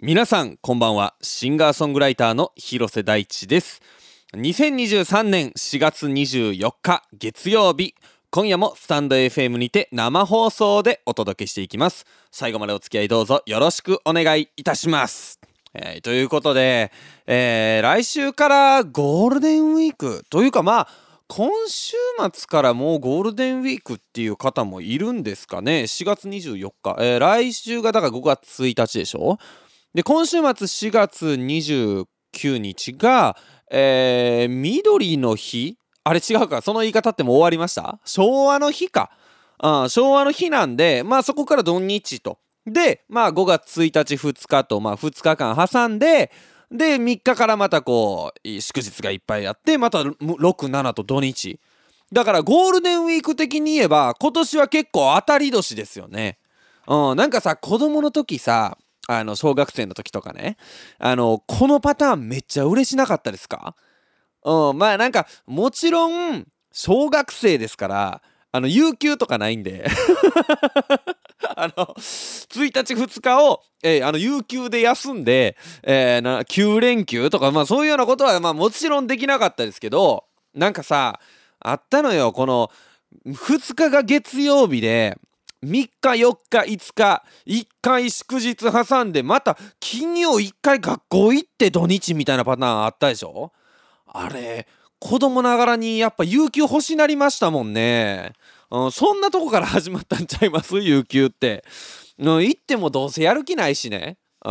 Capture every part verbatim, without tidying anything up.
皆さんこんばんは。シンガーソングライターの広瀬大地です。にせんにじゅうさんねんしがつにじゅうよっか月曜日、今夜もスタンド エフエム にて生放送でお届けしていきます。最後までお付き合いどうぞよろしくお願いいたします。えー、ということで、えー、来週からゴールデンウィークというか、まあ今週末からもうゴールデンウィークっていう方もいるんですかね。しがつにじゅうよっか、えー、来週がだからごがつついたちでしょ。で今週末しがつにじゅうくにちが、えー、緑の日、あれ違うか、その言い方ってもう終わりました。昭和の日か、あ昭和の日なんで、まあそこから土日とで、まあごがつついたちふつかと、まあふつかかん挟んで、でみっかからまたこう祝日がいっぱいあって、またろく、ななと土日だから、ゴールデンウィーク的に言えば今年は結構当たり年ですよね。うん、なんかさ、子供の時さ、あの小学生の時とかね、あのこのパターンめっちゃ嬉しなかったですか？うん、まあなんかもちろん小学生ですから、あの有給とかないんであのついたちふつかを、えー、あの有給で休んで、えー、なきゅうれんきゅうとか、まあそういうようなことはまあもちろんできなかったですけど、なんかさあったのよ。このふつかが月曜日でみっかよっかいつかいっかい祝日挟んで、また金曜いっかい学校行って土日みたいなパターンあったでしょ。あれ子供ながらにやっぱ有給欲しなりましたもんね。うん、そんなとこから始まったんちゃいます有給って。うん、行ってもどうせやる気ないしね。うん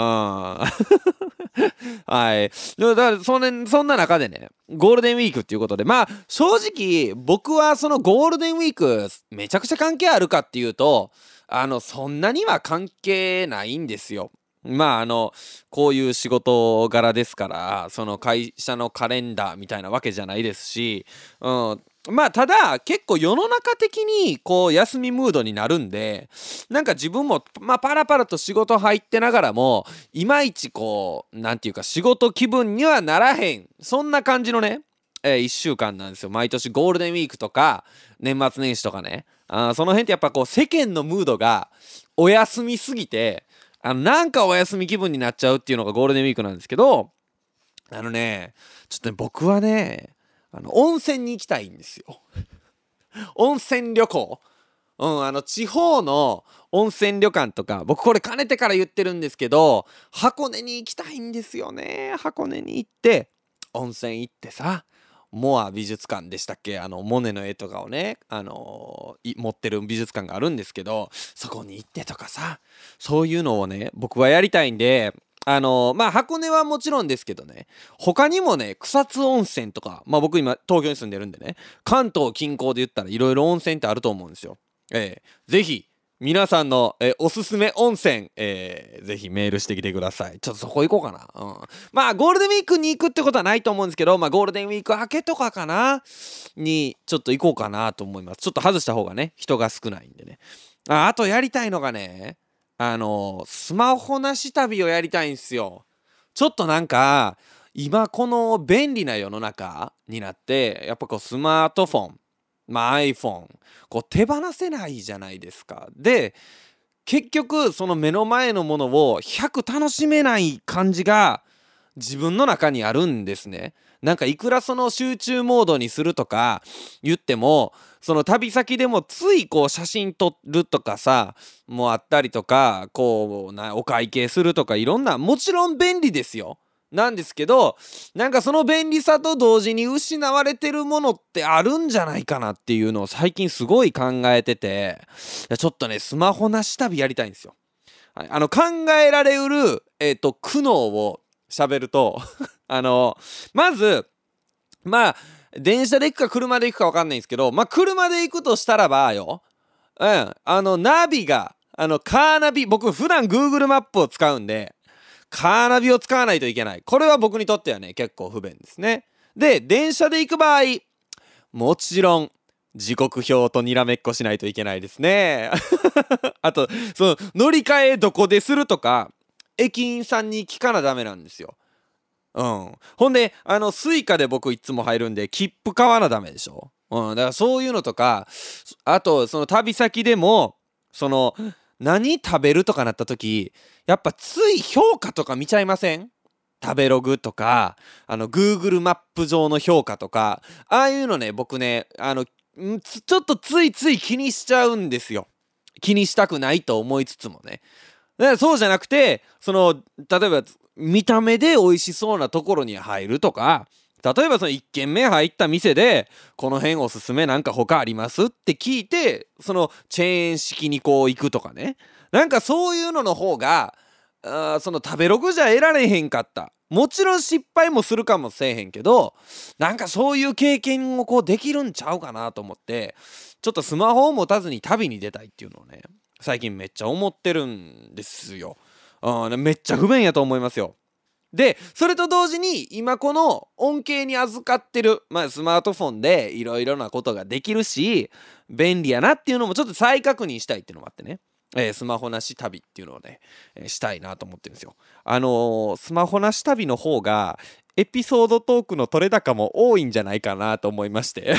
はい。だからそんな、そんな中でね、ゴールデンウィークっていうことで、まあ正直僕はそのゴールデンウィークめちゃくちゃ関係あるかっていうと、あのそんなには関係ないんですよ。まああのこういう仕事柄ですから、その会社のカレンダーみたいなわけじゃないですし、うん、まあただ結構世の中的にこう休みムードになるんで、なんか自分もまあパラパラと仕事入ってながらもいまいちこうなんていうか仕事気分にはならへん、そんな感じのね、えー、いっしゅうかんなんですよ。毎年ゴールデンウィークとか年末年始とかね、あその辺ってやっぱこう世間のムードがお休みすぎて、あのなんかお休み気分になっちゃうっていうのがゴールデンウィークなんですけど、あのねちょっとね僕はねあの温泉に行きたいんですよ温泉旅行。うん、あの地方の温泉旅館とか、僕これかねてから言ってるんですけど、箱根に行きたいんですよね。箱根に行って温泉行ってさ、モア美術館でしたっけ、あのモネの絵とかをね、あのー持ってる美術館があるんですけど、そこに行ってとかさ、そういうのをね僕はやりたいんで、あのーまあ箱根はもちろんですけどね、他にもね草津温泉とか、まあ僕今東京に住んでるんでね、関東近郊で言ったらいろいろ温泉ってあると思うんですよ。えー、ぜひ皆さんの、えー、おすすめ温泉、えー、ぜひメールしてきてください。ちょっとそこ行こうかな。うん、まあゴールデンウィークに行くってことはないと思うんですけど、まあゴールデンウィーク明けとかかなにちょっと行こうかなと思います。ちょっと外した方がね人が少ないんでね。あ、あとやりたいのがね、あのー、スマホなし旅をやりたいんすよ。ちょっとなんか今この便利な世の中になって、やっぱこうスマートフォン、まあ iPhone こう手放せないじゃないですか。で結局その目の前のものをひゃく楽しめない感じが自分の中にあるんですね。なんかいくらその集中モードにするとか言っても、その旅先でもついこう写真撮るとかさもうあったりとか、こうなお会計するとか、いろんなもちろん便利ですよ。なんですけど、なんかその便利さと同時に失われてるものってあるんじゃないかなっていうのを最近すごい考えてて、ちょっとねスマホなし旅やりたいんですよ。はい、あの考えられうる、えーと、苦悩を喋るとあのまずまあ電車で行くか車で行くか分かんないんですけど、まあ車で行くとしたらばよ、うん、あのナビがあのカーナビ、僕普段 Google マップを使うんでカーナビを使わないといけない。これは僕にとってはね結構不便ですね。で電車で行く場合、もちろん時刻表とにらめっこしないといけないですねあとその乗り換えどこでするとか駅員さんに聞かなダメなんですよ。うん、ほんであのスイカで僕いつも入るんで切符買わなダメでしょ。うん、だからそういうのとか、あとその旅先でもその何食べるとかなった時、やっぱつい評価とか見ちゃいません？食べログとか、あの Google マップ上の評価とか、ああいうのね、僕ね、あのんつちょっとついつい気にしちゃうんですよ。気にしたくないと思いつつもね。だからそうじゃなくて、その例えば見た目で美味しそうなところに入るとか、例えばそのいっけんめ入った店でこの辺おすすめなんか他ありますって聞いて、そのチェーン式にこう行くとかね、なんかそういうのの方が、あーその食べログじゃ得られへんかった、もちろん失敗もするかもせえへんけど、なんかそういう経験をこうできるんちゃうかなと思って、ちょっとスマホを持たずに旅に出たいっていうのをね、最近めっちゃ思ってるんですよ。あーめっちゃ不便やと思いますよ。でそれと同時に今この恩恵に預かってる、まあ、スマートフォンでいろいろなことができるし便利やなっていうのもちょっと再確認したいっていうのもあってね、えースマホなし旅っていうのをね、えーしたいなと思ってるんですよ。あのースマホなし旅の方がエピソードトークの取れ高も多いんじゃないかなと思いまして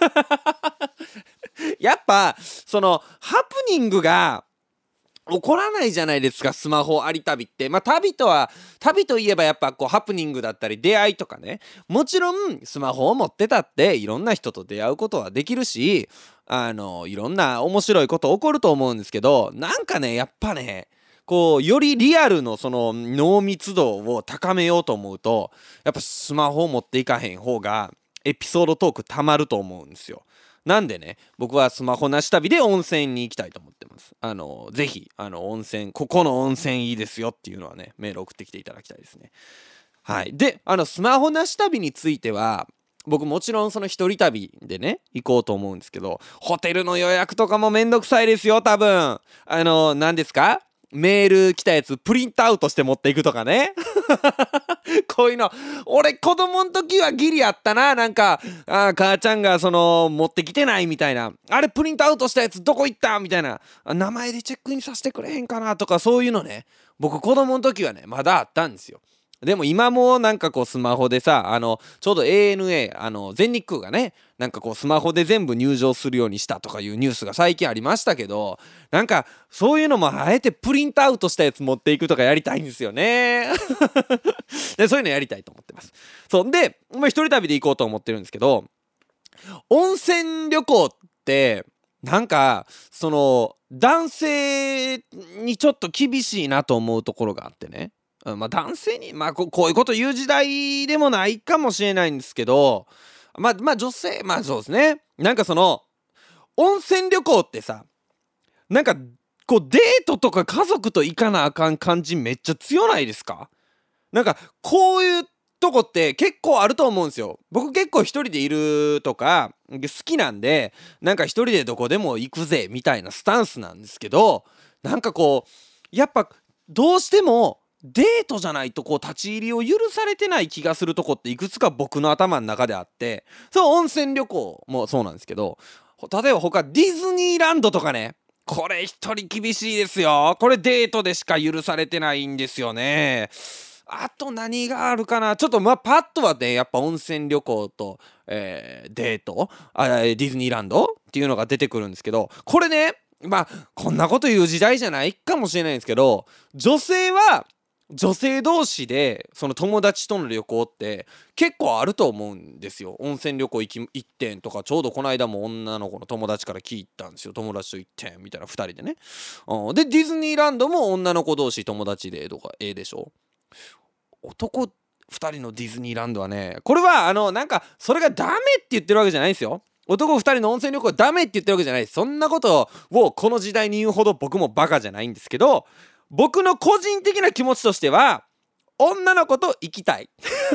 やっぱそのハプニングが起こらないじゃないですか、スマホあり旅って。まあ旅とは旅といえばやっぱこうハプニングだったり出会いとかね、もちろんスマホを持ってたっていろんな人と出会うことはできるし、あのいろんな面白いこと起こると思うんですけど、なんかねやっぱねこうよりリアルのその濃密度を高めようと思うと、やっぱスマホを持っていかへん方がエピソードトークたまると思うんですよ。なんでね、僕はスマホなし旅で温泉に行きたいと思ってます。あのぜひあの温泉、ここの温泉いいですよっていうのはね、メール送ってきていただきたいですね。はい。で、あのスマホなし旅については、僕もちろんその一人旅でね行こうと思うんですけど、ホテルの予約とかもめんどくさいですよ多分。あの何ですか、メール来たやつプリントアウトして持っていくとかねこういうの俺子供の時はギリあったな。なんかあ母ちゃんがその持ってきてないみたいな、あれプリントアウトしたやつどこ行ったみたいな、あ名前でチェックインさせてくれへんかなとか、そういうのね、僕子供の時はねまだあったんですよ。でも今もなんかこうスマホでさ、あのちょうど エーエヌエー あの全日空がね、なんかこうスマホで全部入場するようにしたとかいうニュースが最近ありましたけど、なんかそういうのもあえてプリントアウトしたやつ持っていくとかやりたいんですよねでそういうのやりたいと思ってます。そうで、まあ、一人旅で行こうと思ってるんですけど、温泉旅行ってなんかその男性にちょっと厳しいなと思うところがあってね、うん、まあ男性にまあここういうこと言う時代でもないかもしれないんですけど、まあまあ女性、まあそうですね、なんかその温泉旅行ってさ、なんかこうデートとか家族と行かなあかん感じめっちゃ強ないですか？なんかこういうとこって結構あると思うんですよ。僕結構一人でいるとか好きなんで、なんか一人でどこでも行くぜみたいなスタンスなんですけど、なんかこうやっぱどうしてもデートじゃないとこう立ち入りを許されてない気がするとこっていくつか僕の頭の中であって、そう温泉旅行もそうなんですけど、例えば他ディズニーランドとかね、これ一人厳しいですよ。これデートでしか許されてないんですよね。あと何があるかな、ちょっとまあパッとはねやっぱ温泉旅行と、えーデートあディズニーランドっていうのが出てくるんですけど、これねまあこんなこと言う時代じゃないかもしれないんですけど、女性は女性同士でその友達との旅行って結構あると思うんですよ。温泉旅行行き行ってんとか、ちょうどこの間も女の子の友達から聞いたんですよ。友達と行ってんみたいなふたりでね、うん、でディズニーランドも女の子同士友達でとかええでしょ。男ふたりのディズニーランドはね、これはあのなんかそれがダメって言ってるわけじゃないですよ。男ふたりの温泉旅行はダメって言ってるわけじゃないです。そんなことをこの時代に言うほど僕もバカじゃないんですけど、僕の個人的な気持ちとしては女の子と行きたい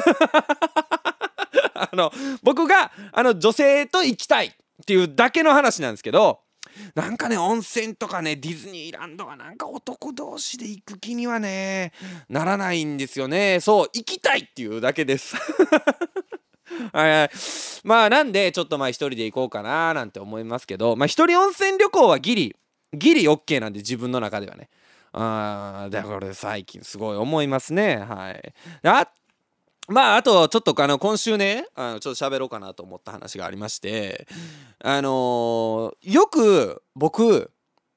あの僕があの女性と行きたいっていうだけの話なんですけど、なんかね温泉とかねディズニーランドはなんか男同士で行く気にはねならないんですよね。そう行きたいっていうだけですはいはい、まあなんでちょっとまあ一人で行こうかななんて思いますけど、まあ一人温泉旅行はギリギリ OK なんで自分の中ではね、あーだから最近すごい思いますね。はい。あまああとちょっとあの今週ねあのちょっと喋ろうかなと思った話がありまして、あのーよく僕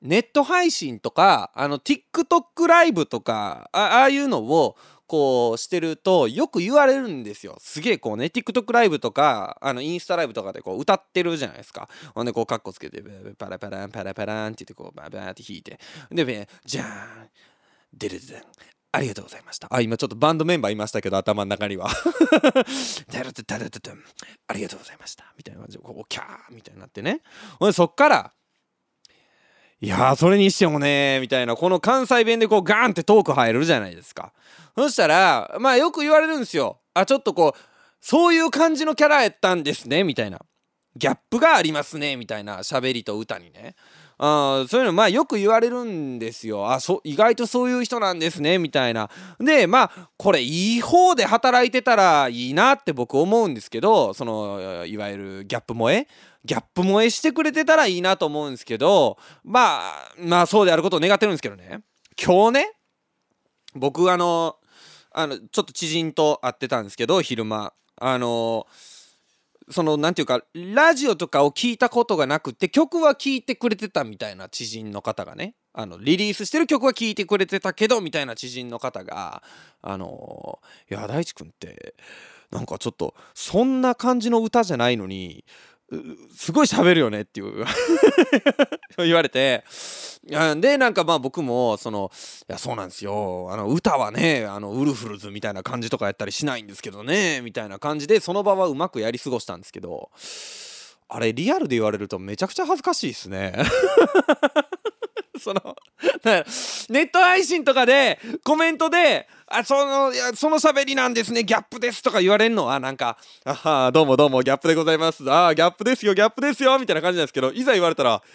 ネット配信とかあの TikTok ライブとか あ, ああいうのをこうしてるとよく言われるんですよ。すげえこうね TikTok ライブとかあのインスタライブとかでこう歌ってるじゃないですか。ほんでこうカッコつけてパラパランパラパランって言ってこうバーバーって弾いてでじゃーんデレデレンありがとうございました。あ、今ちょっとバンドメンバーいましたけど頭の中にはダラダダラダダンありがとうございましたみたいな感じでこうキャーみたいになってね。ほんでそっからいやーそれにしてもねーみたいなこの関西弁でこうガーンってトーク入るじゃないですか。そしたらまあよく言われるんですよ。あ、ちょっとこうそういう感じのキャラやったんですねみたいな、ギャップがありますねみたいな喋りと歌にね。あ、そういうのまあよく言われるんですよ。あ、そ意外とそういう人なんですねみたいな。でまあこれいい方で働いてたらいいなって僕思うんですけど、そのいわゆるギャップ萌えギャップ萌えしてくれてたらいいなと思うんですけど、まあまあそうであることを願ってるんですけどね。今日ね僕あのあのちょっと知人と会ってたんですけど昼間あのそのなんていうかラジオとかを聞いたことがなくて曲は聴いてくれてたみたいな知人の方がね、あのリリースしてる曲は聴いてくれてたけどみたいな知人の方があのいや大地くんってなんかちょっとそんな感じの歌じゃないのにすごい喋るよねっていう言われて、でなんかまあ僕もそのいやそうなんですよ、あの歌はねあのウルフルズみたいな感じとかやったりしないんですけどねみたいな感じでその場はうまくやり過ごしたんですけど、あれリアルで言われるとめちゃくちゃ恥ずかしいですねそのネット配信とかでコメントであそのいやその喋りなんですねギャップですとか言われるのはなんかあどうもどうもギャップでございますあギャップですよギャップですよみたいな感じなんですけど、いざ言われたら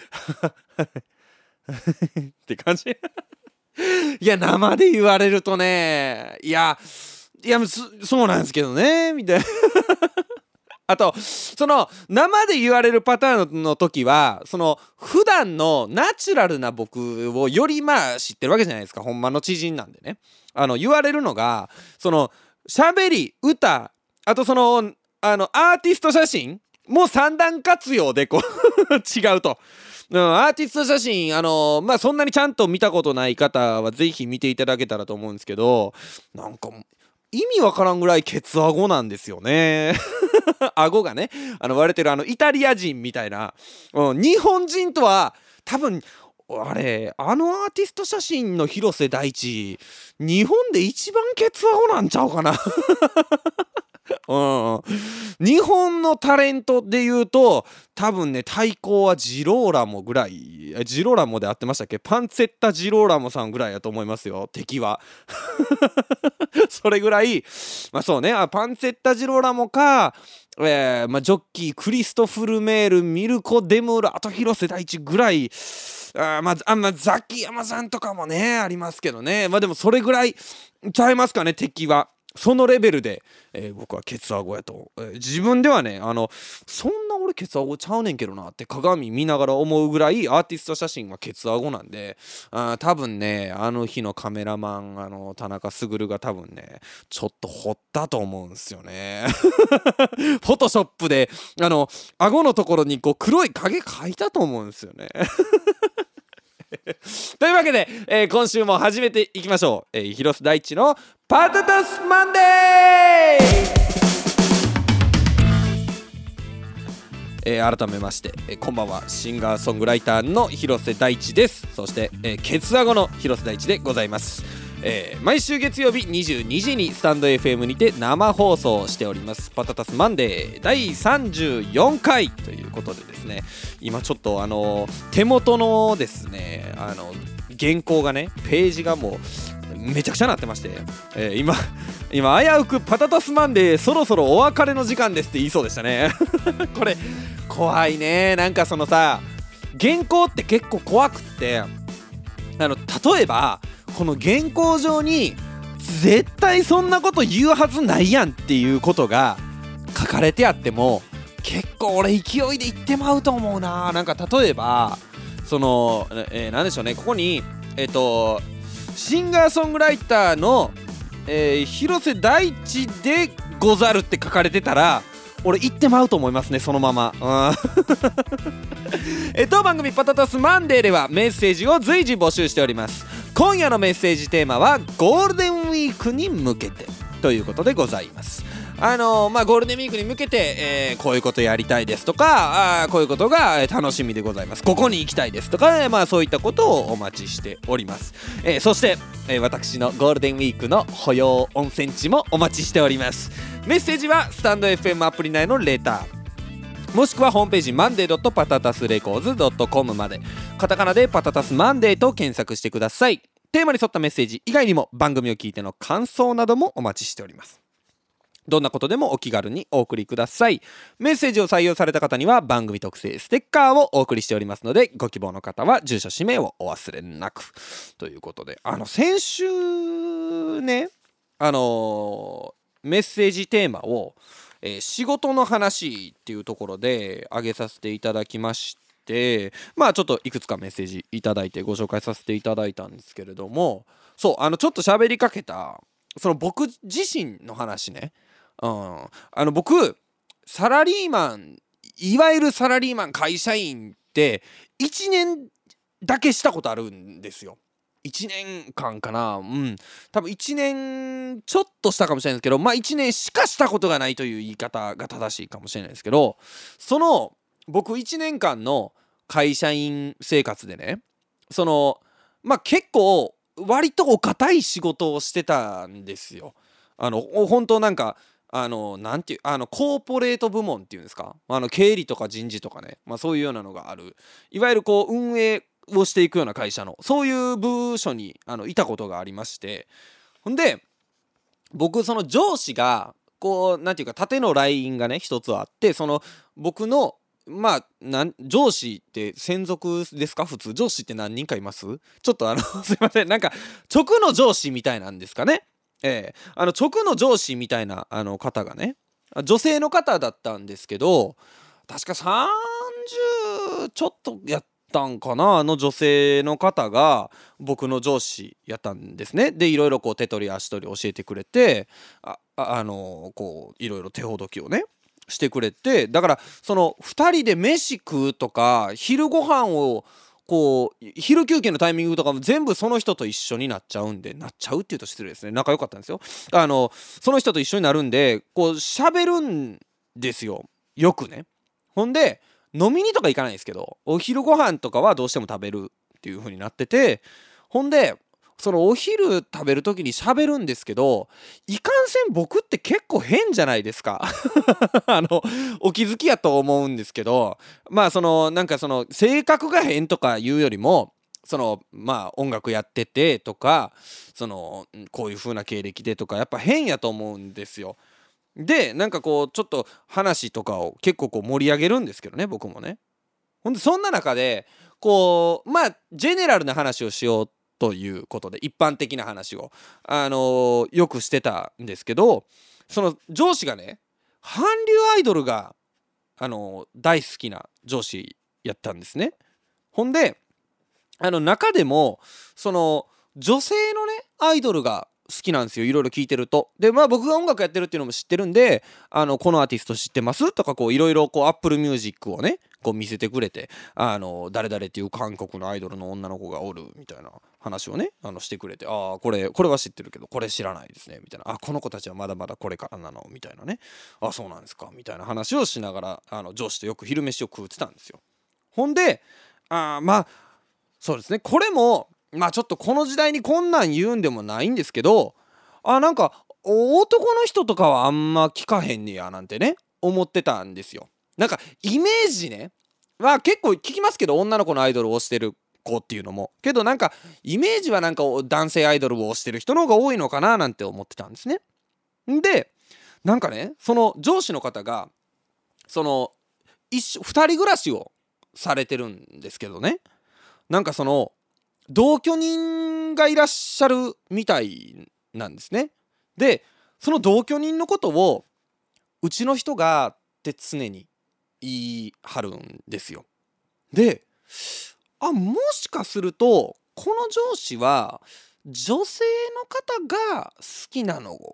って感じいや生で言われるとねいやいやそうなんですけどねみたいなあとその生で言われるパターンの時はその普段のナチュラルな僕をよりまあ知ってるわけじゃないですか。ほんまの知人なんでね、あの言われるのがその喋り歌あとそのあのアーティスト写真も三段活用でこう違うと、うん、アーティスト写真あのまあそんなにちゃんと見たことない方はぜひ見ていただけたらと思うんですけど、なんか意味わからんぐらいケツアゴなんですよね顎がねあの割れてるあのイタリア人みたいな、うん、日本人とは多分あれあのアーティスト写真の広瀬大地日本で一番ケツアゴなんちゃうかなうん、日本のタレントで言うと多分ね対抗はジローラモぐらい、ジローラモで合ってましたっけ、パンツェッタジローラモさんぐらいやと思いますよ敵はそれぐらいまあそうね、あパンツェッタジローラモか、えーまあ、ジョッキークリストフルメールミルコデムールあと広瀬大地ぐらい、あまあ、あまあ、ザキヤマさんとかもねありますけどね、まあでもそれぐらいちゃいますかね敵は。そのレベルで、えー、僕はケツアゴやと、えー、自分ではねあのそんな俺ケツアゴちゃうねんけどなって鏡見ながら思うぐらいアーティスト写真はケツアゴなんで、あ多分ねあの日のカメラマンあの田中卓が多分ねちょっと掘ったと思うんですよねフォトショップであの顎のところにこう黒い影描いたと思うんですよねというわけで、えー、今週も始めていきましょう、えー、広瀬大地のパタタスマンデー、えー、改めまして、えー、こんばんは、シンガーソングライターの広瀬大地です。そして、えー、ケツアゴの広瀬大地でございます。えー、毎週月曜日にじゅうにじにスタンド エフエム にて生放送しておりますパタタスマンデーだいさんじゅうよんかいということでですね、今ちょっとあの手元のですねあの原稿がねページがもうめちゃくちゃなってまして、えー、今今危うくパタタスマンデーそろそろお別れの時間ですって言いそうでしたねこれ怖いね。なんかそのさ原稿って結構怖くってあの例えばこの原稿上に絶対そんなこと言うはずないやんっていうことが書かれてあっても結構俺勢いで言ってまうと思うな。なんか例えばその、えー、なんでしょうね、ここにえっ、ー、とシンガーソングライターの、えー、広瀬大地でござるって書かれてたら俺行ってまうと思いますね、そのまま。え当番組パタタスマンデーではメッセージを随時募集しております。今夜のメッセージテーマはゴールデンウィークに向けてということでございます。あのー、まあゴールデンウィークに向けて、えー、こういうことやりたいですとか、あこういうことが楽しみでございます、ここに行きたいですとか、えー、まあそういったことをお待ちしております。えー、そして、えー、私のゴールデンウィークの保養温泉地もお待ちしております。メッセージはスタンド エフエム アプリ内のレター、もしくはホームページマンデー ドットパタタスレコーズ ドットコム まで、カタカナでパタタスマンデーと検索してください。テーマに沿ったメッセージ以外にも番組を聞いての感想などもお待ちしております。どんなことでもお気軽にお送りください。メッセージを採用された方には番組特製ステッカーをお送りしておりますので、ご希望の方は住所氏名をお忘れなくということで、あの先週ね、あのー、メッセージテーマを、えー、仕事の話っていうところで挙げさせていただきまして、まあちょっといくつかメッセージいただいてご紹介させていただいたんですけれども、そうあのちょっと喋りかけたその僕自身の話ね。うん、あの僕サラリーマン、いわゆるサラリーマン会社員っていちねんだけしたことあるんですよ。いちねんかんかな、うん多分いちねんちょっとしたかもしれないですけど、まあいちねんしかしたことがないという言い方が正しいかもしれないですけど、その僕いちねんかんの会社員生活でね、そのまあ結構割とお堅い仕事をしてたんですよ。あの本当なんかあのなんていうあのコーポレート部門っていうんですか、あの経理とか人事とかね、まあ、そういうようなのがある、いわゆるこう運営をしていくような会社のそういう部署にあのいたことがありまして、ほんで僕その上司がこうなんていうか縦のラインがね一つあって、その僕のまあなん上司って専属ですか、普通上司って何人かいます？ちょっとあのすいません、なんか直の上司みたいなんですかね。ええあの直の上司みたいなあの方がね、女性の方だったんですけど、確かさんじゅうちょっとやったんかな、あの女性の方が僕の上司やったんですね。でいろいろこう手取り足取り教えてくれて、ああ、あのこういろいろ手ほどきをねしてくれて、だからそのふたりで飯食うとか昼ご飯をこう昼休憩のタイミングとかも全部その人と一緒になっちゃうんで、なっちゃうっていうと失礼ですね、仲良かったんですよ。あのその人と一緒になるんでこう喋るんですよ、よくね。ほんで飲みにとか行かないんですけど、お昼ご飯とかはどうしても食べるっていう風になってて、ほんでそのお昼食べる時に喋るんですけど、いかんせん僕って結構変じゃないですか。あのお気づきやと思うんですけど、まあそのなんかその性格が変とかいうよりも、そのまあ音楽やっててとか、そのこういう風な経歴でとかやっぱ変やと思うんですよ。でなんかこうちょっと話とかを結構こう盛り上げるんですけどね、僕もね。ほんでそんな中でこうまあジェネラルな話をしようということで、一般的な話をあのーよくしてたんですけど、その上司がね韓流アイドルがあのー大好きな上司やったんですね。ほんであの中でもその女性のねアイドルが好きなんですよ、いろいろ聞いてると。でまあ僕が音楽やってるっていうのも知ってるんで、あのこのアーティスト知ってますとかこういろいろこう Apple Music をねこう見せてくれて、あの誰々っていう韓国のアイドルの女の子がおるみたいな話をねあのしてくれて、ああこれこれは知ってるけどこれ知らないですねみたいな、あこの子たちはまだまだこれからなのみたいなね、あそうなんですかみたいな話をしながらあの上司とよく昼飯を食うてたんですよ。ほんであまあそうですね、これもまあちょっとこの時代にこんなん言うんでもないんですけど、あなんか男の人とかはあんま聞かへんねやなんてね思ってたんですよ。なんかイメージねは結構聞きますけど、女の子のアイドルを推してる子っていうのもけど、なんかイメージはなんか男性アイドルを推してる人の方が多いのかななんて思ってたんですね。でなんかねその上司の方がその一緒ふたり暮らしをされてるんですけどね、なんかその同居人がいらっしゃるみたいなんですね。でその同居人のことをうちの人がって常に言い張るんですよ。であもしかするとこの上司は女性の方が好きなの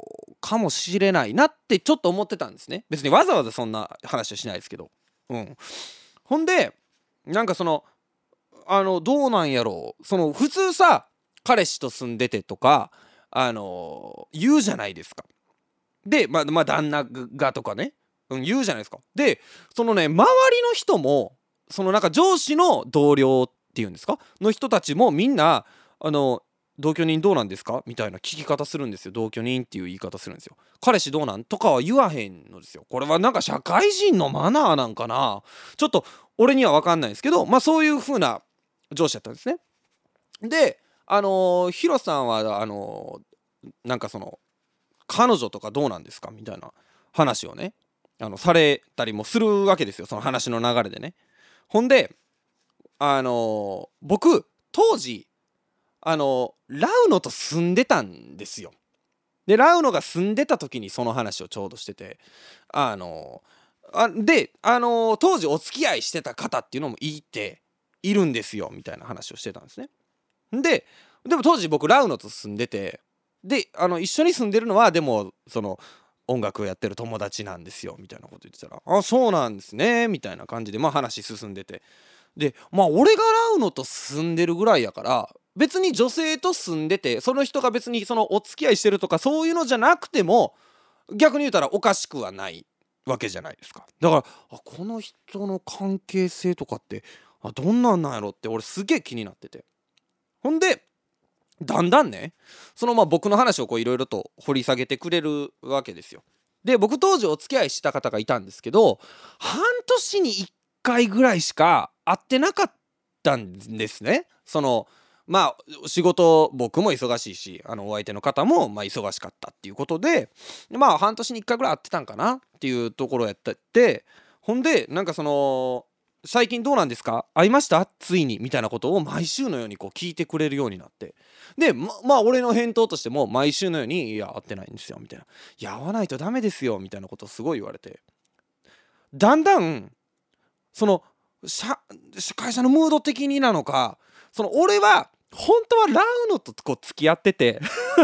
かもしれないなってちょっと思ってたんですね。別にわざわざそんな話はしないですけど。うん。ほんでなんかそのあのどうなんやろう、その普通さ彼氏と住んでてとかあの言うじゃないですか。でまあまあ旦那がとかね、うん、言うじゃないですか。でそのね周りの人もそのなんか上司の同僚っていうんですかの人たちもみんなあの同居人どうなんですかみたいな聞き方するんですよ。同居人っていう言い方するんですよ。彼氏どうなんとかは言わへんのですよ。これはなんか社会人のマナーなんかな、ちょっと俺には分かんないんですけど、まあそういう風な上司だったんですね。であのーヒロさんはあのーなんかその彼女とかどうなんですかみたいな話をねあのされたりもするわけですよ、その話の流れでね。ほんであのー僕当時あのーラウノと住んでたんですよ。でラウノが住んでた時にその話をちょうどしてて、あのーあであのー当時お付き合いしてた方っていうのもいているんですよみたいな話をしてたんですね。ででも当時僕ラウノと住んでて、であの一緒に住んでるのはでもその音楽をやってる友達なんですよみたいなこと言ってたら、あそうなんですねみたいな感じでまあ話進んでて、でまあ俺がラウノと住んでるぐらいやから別に女性と住んでてその人が別にそのお付き合いしてるとかそういうのじゃなくても逆に言うたらおかしくはないわけじゃないですか。だからあこの人の関係性とかってあどんなんなんやろって俺すげえ気になってて、ほんでだんだんねそのまあ僕の話をこういろいろと掘り下げてくれるわけですよ。で僕当時お付き合いした方がいたんですけど半年にいっかいぐらいしか会ってなかったんですね。そのまあ仕事僕も忙しいしあのお相手の方もまあ忙しかったっていうことでまあ半年にいっかいぐらい会ってたんかなっていうところやったって、ほんでなんかその最近どうなんですか会いましたついにみたいなことを毎週のようにこう聞いてくれるようになって、でままあ俺の返答としても毎週のように「いや会ってないんですよ」みたいな「いや会わないとダメですよ」みたいなことをすごい言われて、だんだんその社会社のムード的になのかその俺は本当はラウノとこう付き合ってて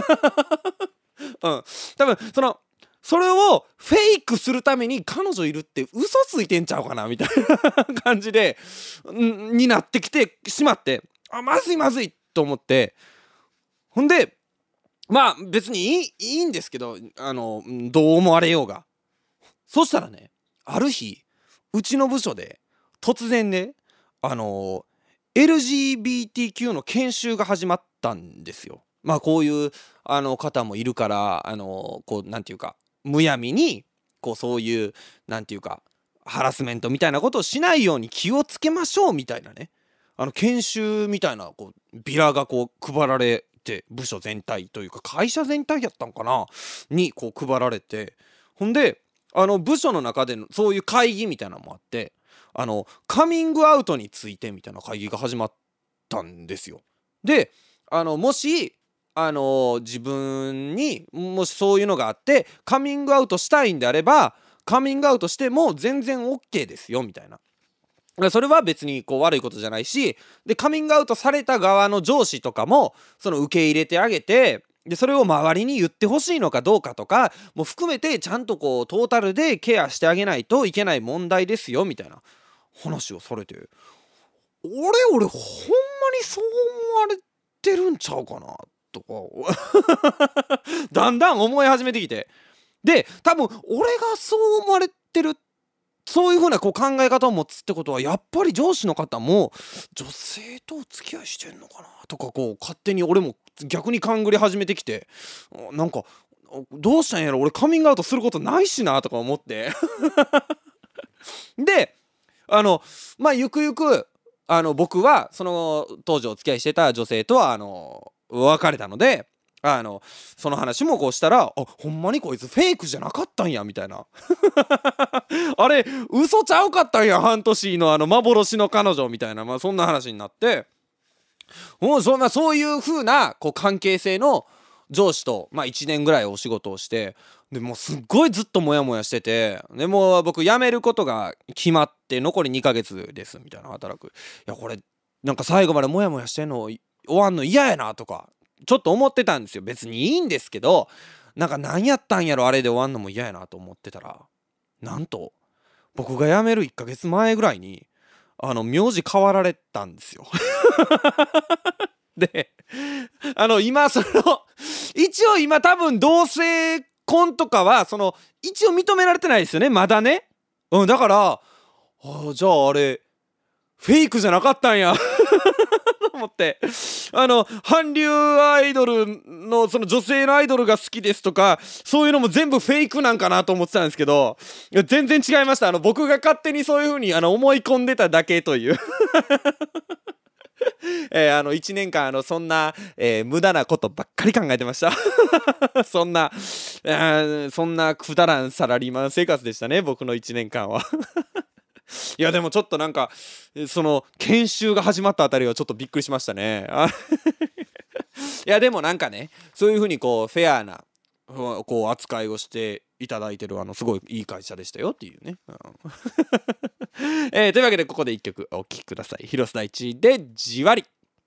うん多分そのそれをフェイクするために彼女いるって嘘ついてんちゃうかなみたいな感じでんになってきてしまって、あまずいまずいと思って、ほんでまあ別にいい、いいんですけどあのどう思われようが、そしたらねある日うちの部署で突然ねあの エルジービーティーキュー の研修が始まったんですよ。まあこういうあの方もいるからあのこうなんていうかむやみにこうそういうなんていうかハラスメントみたいなことをしないように気をつけましょうみたいなねあの研修みたいなこうビラがこう配られて、部署全体というか会社全体やったんかなにこう配られて、ほんであの部署の中でのそういう会議みたいなのもあって、あのカミングアウトについてみたいな会議が始まったんですよ。であのもしあの自分にもしそういうのがあってカミングアウトしたいんであればカミングアウトしても全然 OK ですよみたいな、それは別にこう悪いことじゃないし、でカミングアウトされた側の上司とかもその受け入れてあげて、でそれを周りに言ってほしいのかどうかとかも含めてちゃんとこうトータルでケアしてあげないといけない問題ですよみたいな話をされて、俺俺ほんまにそう思われてるんちゃうかなとかだんだん思い始めてきて、で多分俺がそう思われてるそういう風なこう考え方を持つってことはやっぱり上司の方も女性とお付き合いしてんのかなとかこう勝手に俺も逆に勘ぐり始めてきて、なんかどうしたんやろ俺カミングアウトすることないしなとか思ってであのまあゆくゆくあの僕はその当時お付き合いしてた女性とはあの別れたので、あのその話もこうしたらあほんまにこいつフェイクじゃなかったんやみたいなあれ嘘ちゃうかったんや半年のあの幻の彼女みたいな、まあそんな話になって、もうそんなそういう風なこう関係性の上司とまあいちねんぐらいお仕事をして、でもうすっごいずっとモヤモヤしてて、でもう僕辞めることが決まって残りにかげつですみたいな働く、いやこれなんか最後までモヤモヤしてんの終わんの嫌やなとかちょっと思ってたんですよ。別にいいんですけどなんか何やったんやろあれで終わんのも嫌やなと思ってたら、なんと僕が辞めるいっかげつまえぐらいにあの名字変わられたんですよ。で、あの今その一応今多分同性婚とかはその一応認められてないですよね、まだね。うん、だからあ、じゃああれフェイクじゃなかったんやと思って、あの韓流アイドルのその女性のアイドルが好きですとかそういうのも全部フェイクなんかなと思ってたんですけど、いや全然違いました。あの僕が勝手にそういう風にあの思い込んでただけというえー、あのいちねんかんあのそんな、えー、無駄なことばっかり考えてましたそんな、えー、そんなくだらんサラリーマン生活でしたね、僕のいちねんかんは。いやでもちょっとなんかその研修が始まったあたりはちょっとびっくりしましたね。いやでもなんかね、そういう風にこうフェアなこう扱いをしていただいてるあのすごいいい会社でしたよっていうね、うんえー、というわけでここでいっきょくお聴きください。広瀬大地でじわり。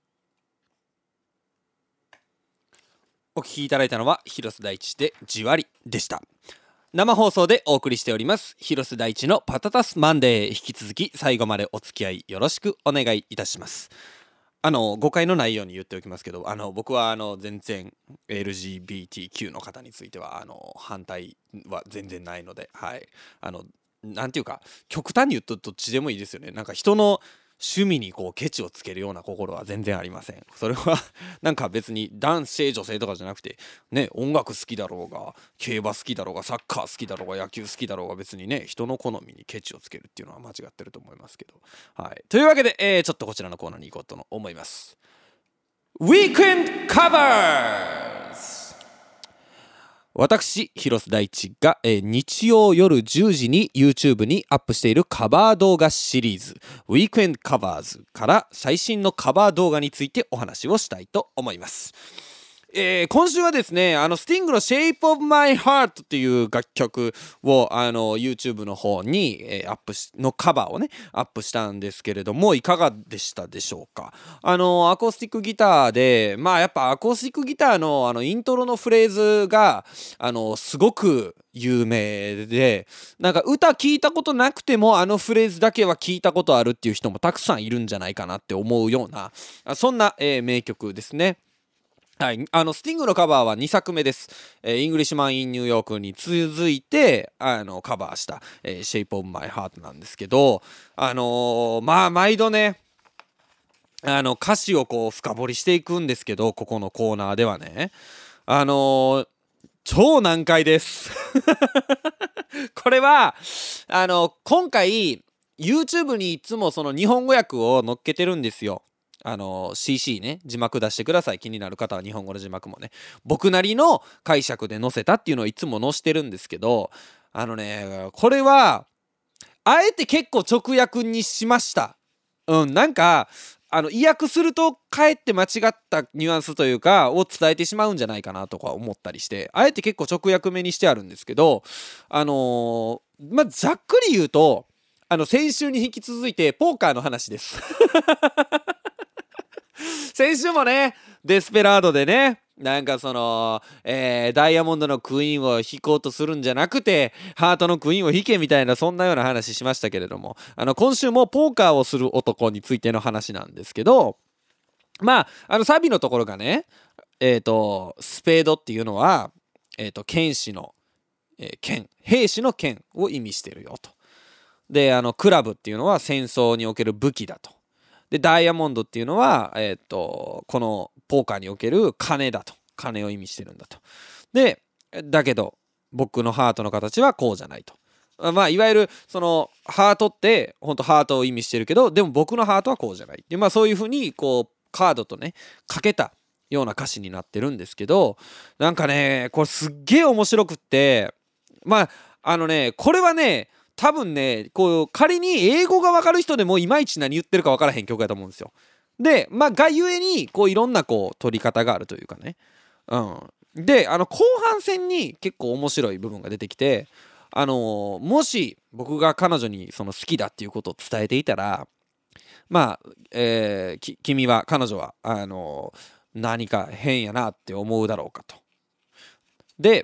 お聴きいただいたのは広瀬大地でじわりでした。生放送でお送りしております広瀬大地のパタタスマンデー、引き続き最後までお付き合いよろしくお願いいたします。あの誤解のないように言っておきますけど、あの僕はあの全然 エルジービーティーキュー の方についてはあの反対は全然ないので、はい、あのなんていうか極端に言うとどっちでもいいですよね。なんか人の趣味にこうケチをつけるような心は全然ありません。それはなんか別に男性女性とかじゃなくてね、音楽好きだろうが競馬好きだろうがサッカー好きだろうが野球好きだろうが別にね、人の好みにケチをつけるっていうのは間違ってると思いますけど、はい、というわけで、えー、ちょっとこちらのコーナーに行こうと思います。ウィークエンドカバーズ。私広瀬大地が、えー、日曜夜じゅうじに YouTube にアップしているカバー動画シリーズウィークエンドカバーズから最新のカバー動画についてお話をしたいと思います。えー、今週はですね、あのスティングの Shape of My Heart っていう楽曲をあの YouTube の方に、えー、アップしのカバーをねアップしたんですけれども、いかがでしたでしょうか。あのアコースティックギターで、まあやっぱアコースティックギターのあのイントロのフレーズがあのすごく有名で、なんか歌聞いたことなくてもあのフレーズだけは聞いたことあるっていう人もたくさんいるんじゃないかなって思うような、そんな、えー、名曲ですね。はい、あのスティングのカバーはにさくめです。えー、イングリッシュマン・イン・ニューヨークに続いてあのカバーした、えー、Shape of My Heart なんですけど、あのー、まあ毎度ねあの歌詞をこう深掘りしていくんですけど、ここのコーナーではねあのー、超難解ですこれはあの今回 YouTube にいつもその日本語訳を載っけてるんですよ。あの シーシー ね、字幕出してください。気になる方は日本語の字幕もね、僕なりの解釈で載せたっていうのをいつも載してるんですけど、あのねこれはあえて結構直訳にしました。うん、なんかあの意訳するとかえって間違ったニュアンスというかを伝えてしまうんじゃないかなとか思ったりして、あえて結構直訳目にしてあるんですけど、あのー、まあざっくり言うと、あの先週に引き続いてポーカーの話です先週もねデスペラードでね、なんかその、えー、ダイヤモンドのクイーンを引こうとするんじゃなくてハートのクイーンを引けみたいな、そんなような話しましたけれども、あの今週もポーカーをする男についての話なんですけど、まああのサビのところがね、えっ、ー、とスペードっていうのは、えー、と剣士の、えー、剣兵士の剣を意味してるよと。であのクラブっていうのは戦争における武器だと。でダイヤモンドっていうのは、えー、とこのポーカーにおける金だと、金を意味してるんだと。でだけど僕のハートの形はこうじゃないと。まあいわゆるそのハートって本当ハートを意味してるけど、でも僕のハートはこうじゃないっていう、まあそういう風にこうカードとねかけたような歌詞になってるんですけど、なんかねこれすっげえ面白くって、まああのねこれはね多分ねこう仮に英語が分かる人でもいまいち何言ってるか分からへん曲やと思うんですよ。でまあがゆえにこういろんなこう取り方があるというかね、うんであの後半戦に結構面白い部分が出てきて、あのー、もし僕が彼女にその好きだっていうことを伝えていたら、まあ、えー、君は彼女はあのー、何か変やなって思うだろうかと。で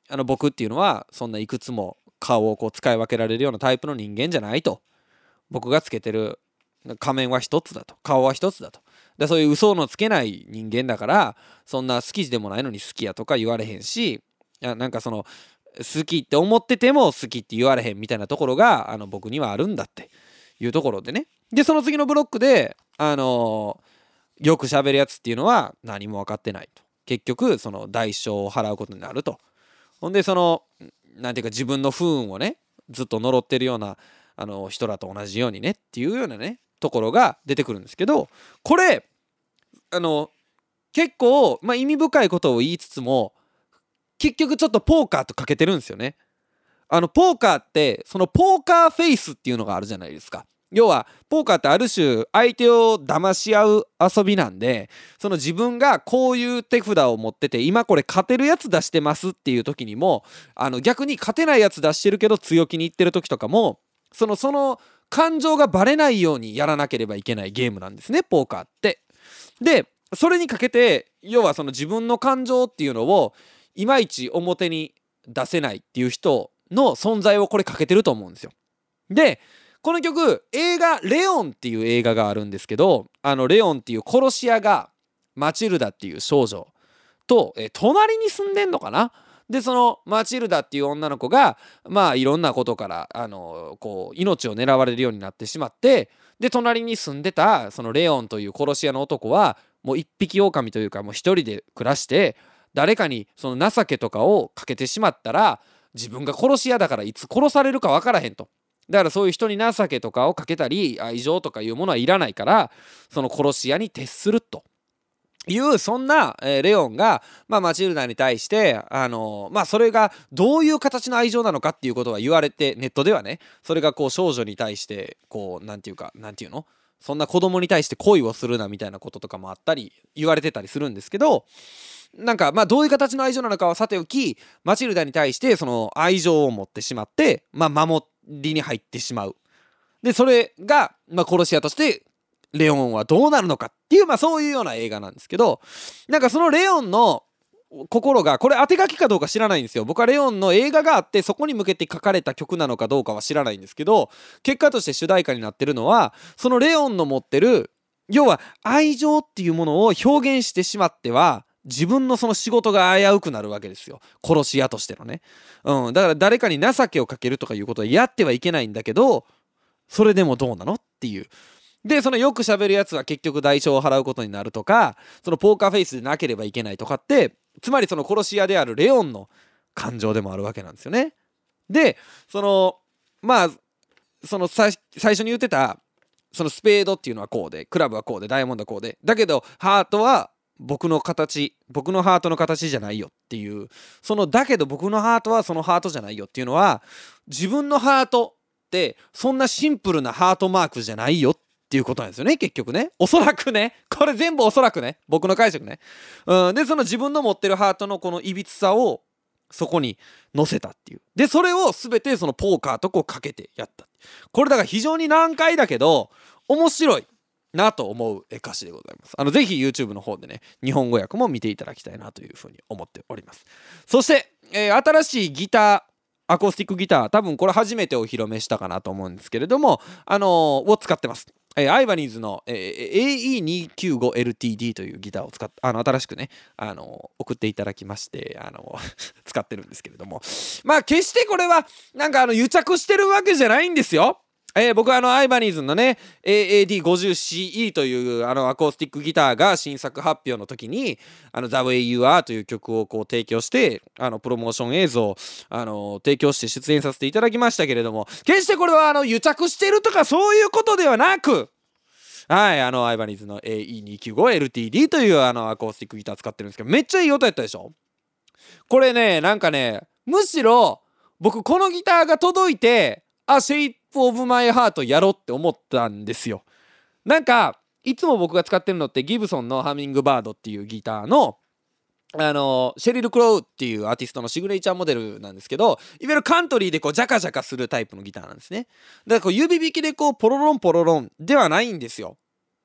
あの僕っていうのはそんないくつも顔をこう使い分けられるようなタイプの人間じゃないと。僕がつけてる仮面は一つだと、顔は一つだと。でそういう嘘のつけない人間だから、そんな好きでもないのに好きやとか言われへんし、いやなんかその好きって思ってても好きって言われへんみたいなところがあの僕にはあるんだっていうところでね。でその次のブロックであのー、よく喋るやつっていうのは何も分かってないと。結局その代償を払うことになると。ほんでそのなんていうか自分の不運をねずっと呪ってるようなあの人らと同じようにねっていうようなねところが出てくるんですけど、これあの結構、まあ、意味深いことを言いつつも結局ちょっとポーカーとかけてるんですよね。あのポーカーってそのポーカーフェイスっていうのがあるじゃないですか。要はポーカーってある種相手を騙し合う遊びなんで、その自分がこういう手札を持ってて今これ勝てるやつ出してますっていう時にも、あの逆に勝てないやつ出してるけど強気にいってる時とかもそのその感情がバレないようにやらなければいけないゲームなんですね、ポーカーって。でそれにかけて要はその自分の感情っていうのをいまいち表に出せないっていう人の存在をこれかけてると思うんですよ。でこの曲映画レオンっていう映画があるんですけど、あのレオンっていう殺し屋がマチルダっていう少女と、え隣に住んでんのかな。でそのマチルダっていう女の子がまあいろんなことからあのこう命を狙われるようになってしまって、で隣に住んでたそのレオンという殺し屋の男はもう一匹狼というかもう一人で暮らして、誰かにその情けとかをかけてしまったら自分が殺し屋だからいつ殺されるか分からへんと。だからそういう人に情けとかをかけたり愛情とかいうものはいらないから、その殺し屋に徹するというそんな、えーレオンが、まあ、マチルダに対してあのーまあそれがどういう形の愛情なのかっていうことは言われて、ネットではねそれがこう少女に対してこうなんていうかなんていうのそんな子供に対して恋をするなみたいなこととかもあったり言われてたりするんですけど、なんかまあどういう形の愛情なのかはさておき、マチルダに対してその愛情を持ってしまってまあ守りに入ってしまう。でそれが、まあ、殺し屋としてレオンはどうなるのかっていう、まあそういうような映画なんですけど、なんかそのレオンの心がこれ当て書きかどうか知らないんですよ。僕はレオンの映画があってそこに向けて書かれた曲なのかどうかは知らないんですけど、結果として主題歌になってるのはそのレオンの持ってる要は愛情っていうものを表現してしまっては自分のその仕事が危うくなるわけですよ、殺し屋としてのね。うん、だから誰かに情けをかけるとかいうことはやってはいけないんだけど、それでもどうなのっていう。でそのよく喋るやつは結局代償を払うことになるとか、そのポーカーフェイスでなければいけないとかって、つまりその殺し屋であるレオンの感情でもあるわけなんですよね。でそのまあその最最初に言ってたそのスペードっていうのはこうで、クラブはこうで、ダイヤモンドはこうで、だけどハートは僕の形僕のハートの形じゃないよっていう、そのだけど僕のハートはそのハートじゃないよっていうのは、自分のハートってそんなシンプルなハートマークじゃないよっていうことなんですよね、結局ね。おそらくね、これ全部おそらくね、僕の解釈ね。うん、でその自分の持ってるハートのこのいびつさをそこに乗せたっていう。でそれを全てそのポーカーとこうかけてやった。これだから非常に難解だけど面白いなと思う歌詞でございます。あのぜひ YouTube の方でね日本語訳も見ていただきたいなというふうに思っております。そして、えー新しいギターアコースティックギター、多分これ初めてお披露目したかなと思うんですけれども、あのーを使ってます。えーアイバニーズの、えー、エーイーにひゃくきゅうじゅうごエルティーディー というギターを使ってあの新しくね、あのー送っていただきまして、あのー使ってるんですけれども、まあ決してこれはなんかあの癒着してるわけじゃないんですよ。えー、僕はあのアイバニーズのね エーエーディーごじゅうシーイー というあのアコースティックギターが新作発表の時にあの The Way You Are という曲をこう提供してあのプロモーション映像をあの提供して出演させていただきましたけれども、決してこれはあの癒着してるとかそういうことではなく、はいあのアイバニーズの エーイーにひゃくきゅうじゅうごエルティーディー というあのアコースティックギター使ってるんですけど、めっちゃいい音やったでしょ。これねなんかねむしろ僕このギターが届いてあシェイプオブマイハートやろうって思ったんですよ。なんかいつも僕が使ってるのってギブソンのハミングバードっていうギターのあのシェリル・クロウっていうアーティストのシグネチャーモデルなんですけど、いわゆるカントリーでこうジャカジャカするタイプのギターなんですね。だからこう指弾きでこうポロロンポロロンではないんですよ。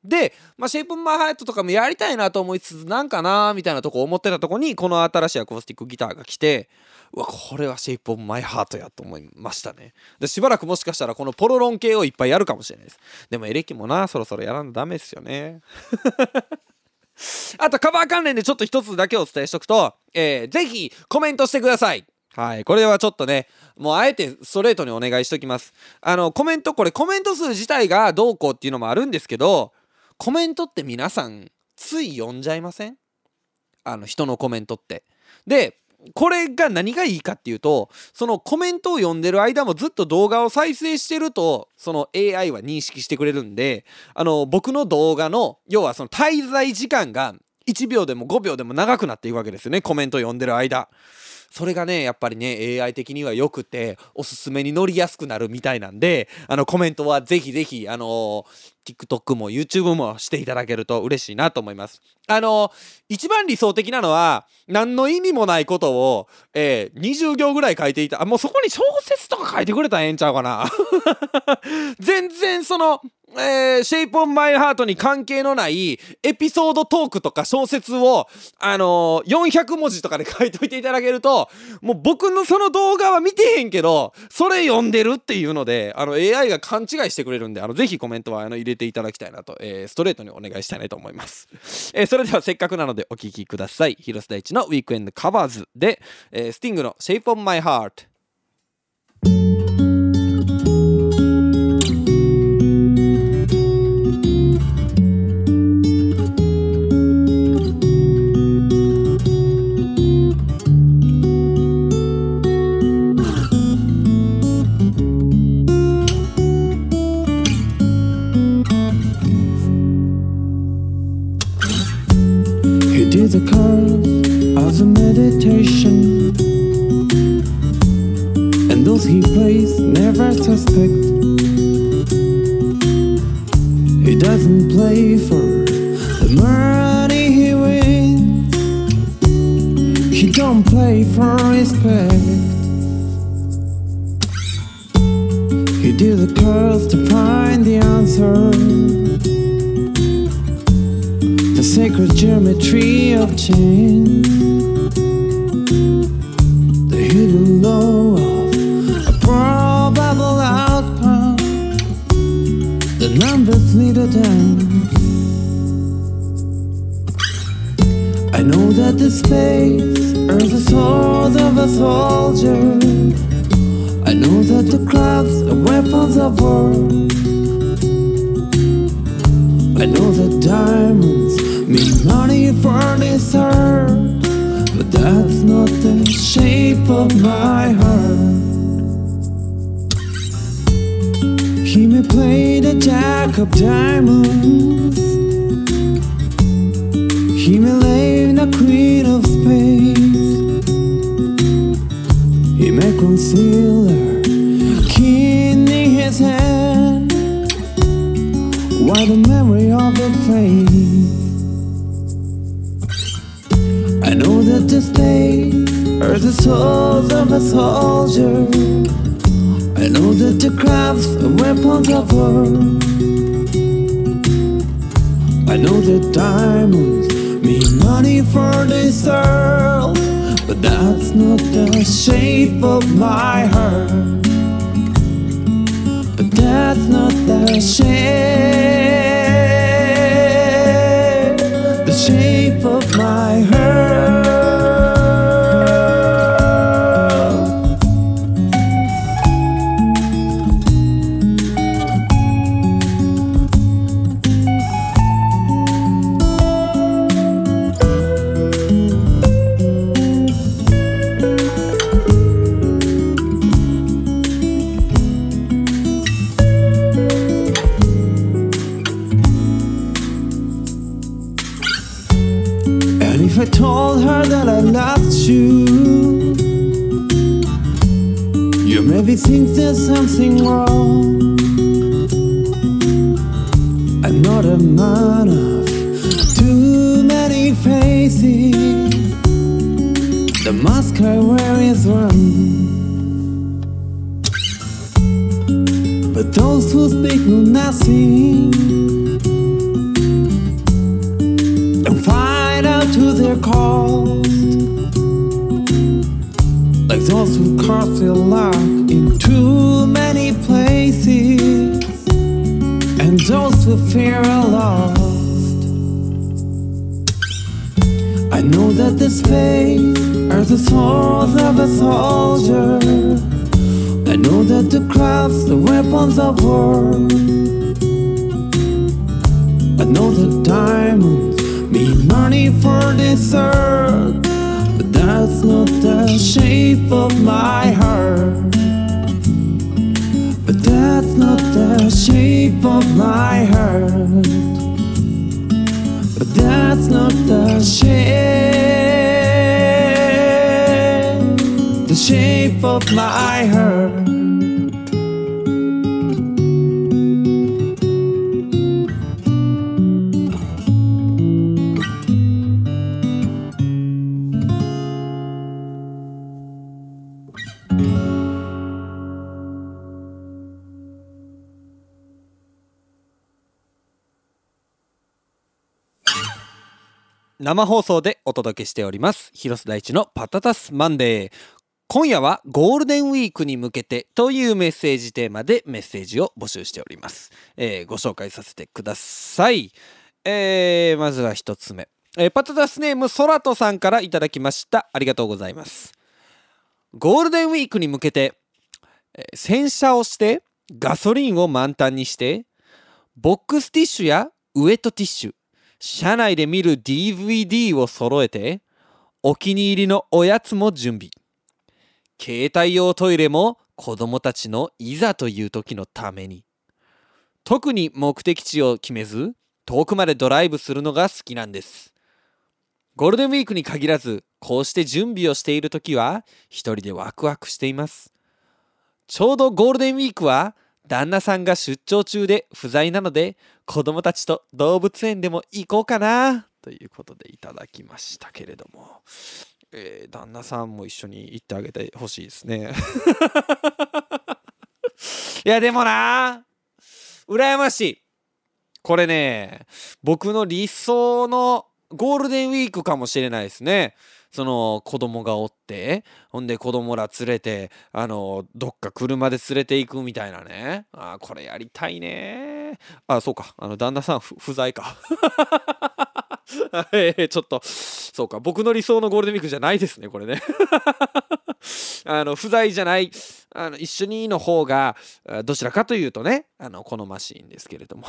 で、まあ、シェイプオブマイハートとかもやりたいなと思いつつなんかなみたいなとこ思ってたとこにこの新しいアコースティックギターが来て、うわこれはシェイプオブマイハートやと思いましたね。でしばらくもしかしたらこのポロロン系をいっぱいやるかもしれないです。でもエレキもなそろそろやらんとダメですよねあとカバー関連でちょっと一つだけお伝えしとくと、えー、ぜひコメントしてください。はい、これはちょっとねもうあえてストレートにお願いしときます。あのコメントこれコメント数自体がどうこうっていうのもあるんですけど、コメントって皆さんつい読んじゃいません？あの人のコメントって。でこれが何がいいかっていうと、そのコメントを読んでる間もずっと動画を再生してるとその エーアイ は認識してくれるんで、あの僕の動画の要はその滞在時間がいちびょうでもごびょうでも長くなっていくわけですよね、コメント読んでる間。それがねやっぱりね エーアイ 的にはよくておすすめに乗りやすくなるみたいなんで、あのコメントはぜひぜひあのー、TikTok も YouTube もしていただけると嬉しいなと思います。あのー、一番理想的なのは何の意味もないことを、えー、にじゅうぎょうぐらい書いていた。あもうそこに小説とか書いてくれたらええんちゃうかな全然そのえー、シェイプオンマイハートに関係のないエピソードトークとか小説をあのー、よんひゃくもじとかで書いといていただけると、もう僕のその動画は見てへんけどそれ読んでるっていうのであの エーアイ が勘違いしてくれるんで、あのぜひコメントはあの入れていただきたいなと、えー、ストレートにお願いしたいなと思います、えー、それではせっかくなのでお聴きください。広瀬大地のウィークエンドカバーズで、えー、スティングのシェイプオンマイハート。 The curve as a meditation, and those he plays never suspect. He doesn't play for the money he wins, he don't play for respect. He did the curves to find the answer, the sacred geometry of change, the hidden law of a probable outcome, the numbers lead a dance. I know that the space earns the sword of a soldier, I know that the clouds are weapons of war, I know that diamonds mean money for this earth, but that's not the shape of my heart. He may play the jack of diamonds, he may lay the queen of spades, he may conceal her king in his hand while the memory of it fades. I know that the stakes are the souls of a soldier, I know that the crafts are weapons of war, I know that diamonds mean money for this world, but that's not the shape of my heart, but that's not the shape, the shape of my heart. If I told her that I loved you, you maybe think there's something wrong. I'm not a man of too many faces, the mask I wear is one, but those who speak know nothing to their cost, like those who cast their luck in too many places, and those who fear are lost. I know that the spades are the swords of a soldier. I know that the crafts the weapons of war. I know that diamonds mean money for this earth, but that's not the shape of my heart. But that's not the shape of my heart. But that's not the shape, the shape of my heart. 生放送でお届けしております広瀬大地のパタタスマンデー。今夜はゴールデンウィークに向けてというメッセージテーマでメッセージを募集しております、えー、ご紹介させてください。えー、まずは一つ目、えー、パタタスネームソラトさんからいただきました。ありがとうございます。ゴールデンウィークに向けて、えー、洗車をしてガソリンを満タンにしてボックスティッシュやウエットティッシュ、車内で見る ディーブイディー を揃えて、お気に入りのおやつも準備。携帯用トイレも子供たちのいざという時のために。特に目的地を決めず、遠くまでドライブするのが好きなんです。ゴールデンウィークに限らず、こうして準備をしている時は、一人でワクワクしています。ちょうどゴールデンウィークは、旦那さんが出張中で不在なので、子供たちと動物園でも行こうかなということでいただきましたけれども、えー、旦那さんも一緒に行ってあげてほしいですねいやでもな、羨ましい。これね、僕の理想のゴールデンウィークかもしれないですね。その子供がおって、ほんで子供ら連れて、あのどっか車で連れて行くみたいなね。あ、これやりたいね。あ、そうか、あの旦那さん不不在かちょっとそうか、僕の理想のゴールデンウィークじゃないですね、これねあの不在じゃない、あの一緒にの方がどちらかというとね、あの好ましいんですけれども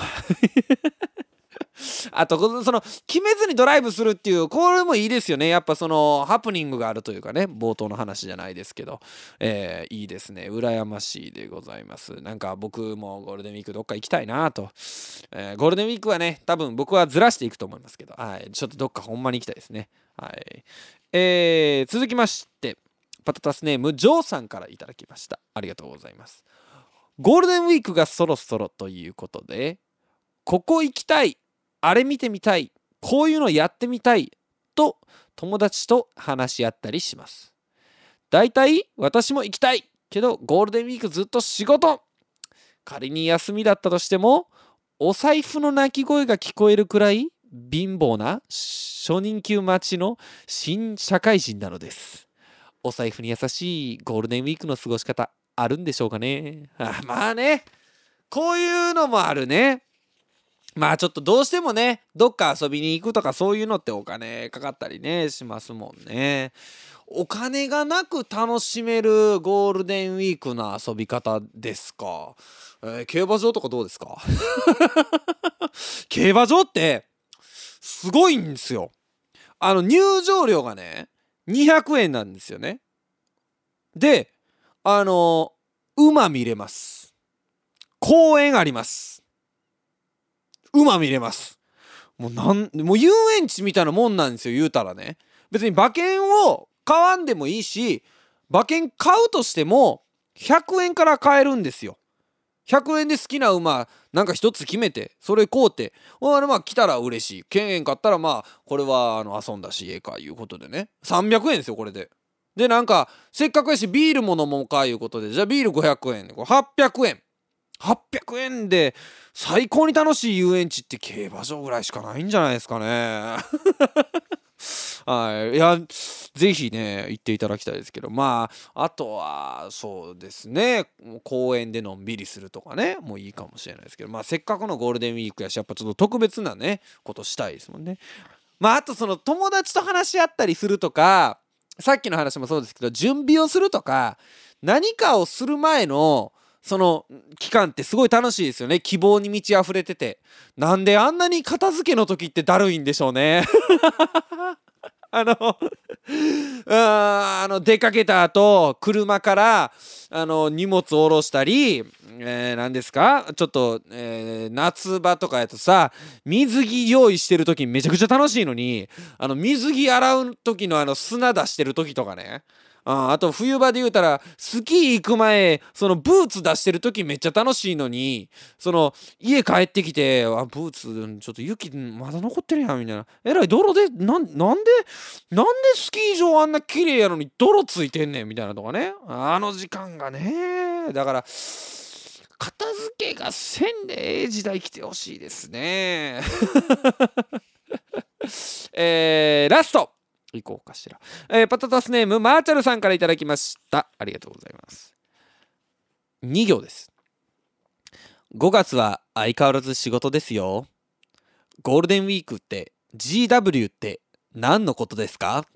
あとその決めずにドライブするっていう、これもいいですよね。やっぱそのハプニングがあるというかね、冒頭の話じゃないですけど、えー、いいですね。羨ましいでございます。なんか僕もゴールデンウィークどっか行きたいなと、えー、ゴールデンウィークはね、多分僕はずらしていくと思いますけど、はい、ちょっとどっかほんまに行きたいですね。はい、えー、続きましてパタタスネームジョーさんからいただきました。ありがとうございます。ゴールデンウィークがそろそろということで、ここ行きたい、あれ見てみたい、こういうのやってみたいと友達と話し合ったりします。だいたい私も行きたいけどゴールデンウィークずっと仕事、仮に休みだったとしてもお財布の鳴き声が聞こえるくらい貧乏な初任給待ちの新社会人なのです。お財布に優しいゴールデンウィークの過ごし方あるんでしょうかね。あ、まあね、こういうのもあるね。まあちょっとどうしてもね、どっか遊びに行くとかそういうのってお金かかったりねしますもんね。お金がなく楽しめるゴールデンウィークの遊び方ですか。えー、競馬場とかどうですか競馬場ってすごいんですよ。あの入場料がねにひゃくえんなんですよね。で、あの馬見れます。公園あります。馬見れます。もうなんもう遊園地みたいなもんなんですよ、言うたらね。別に馬券を買わんでもいいし、馬券買うとしてもひゃくえんから買えるんですよ。ひゃくえんで好きな馬なんか一つ決めて、それ買うて、あれまあ来たら嬉しい、けんえん買ったらまあこれはあの遊んだしええかいうことでね、さんびゃくえんですよこれで。でなんかせっかくやしビールも飲もうかいうことで、じゃあビールごひゃくえんでこれはっぴゃくえんはっぴゃくえんで最高に楽しい遊園地って競馬場ぐらいしかないんじゃないですかねはい、いやぜひね行っていただきたいですけど、まああとはそうですね、公園でのんびりするとかねもういいかもしれないですけど、まあせっかくのゴールデンウィークやし、やっぱちょっと特別なねことしたいですもんね。まああとその友達と話し合ったりするとか、さっきの話もそうですけど準備をするとか、何かをする前のその期間ってすごい楽しいですよね。希望に満ち溢れてて、なんであんなに片付けの時ってだるいんでしょうね。あのああの出かけた後車からあの荷物を下ろしたり、えー、何ですかちょっと、えー、夏場とかやとさ水着用意してる時めちゃくちゃ楽しいのに、あの水着洗う時のあの砂出してる時とかね、あ, あと冬場で言うたらスキー行く前そのブーツ出してる時めっちゃ楽しいのに、その家帰ってきてあブーツちょっと雪まだ残ってるやんみたいな、えらい泥でなんなんでなんでスキー場あんな綺麗やのに泥ついてんねんみたいなとかね、あの時間がね、だから片付けがせんでええ時代来てほしいですね。えー、ラストいこうかしら、えー、パタタスネームマーチャルさんからいただきました。ありがとうございます。に行です。ごがつは相変わらず仕事ですよ。ゴールデンウィークって ジーダブリュー って何のことですか？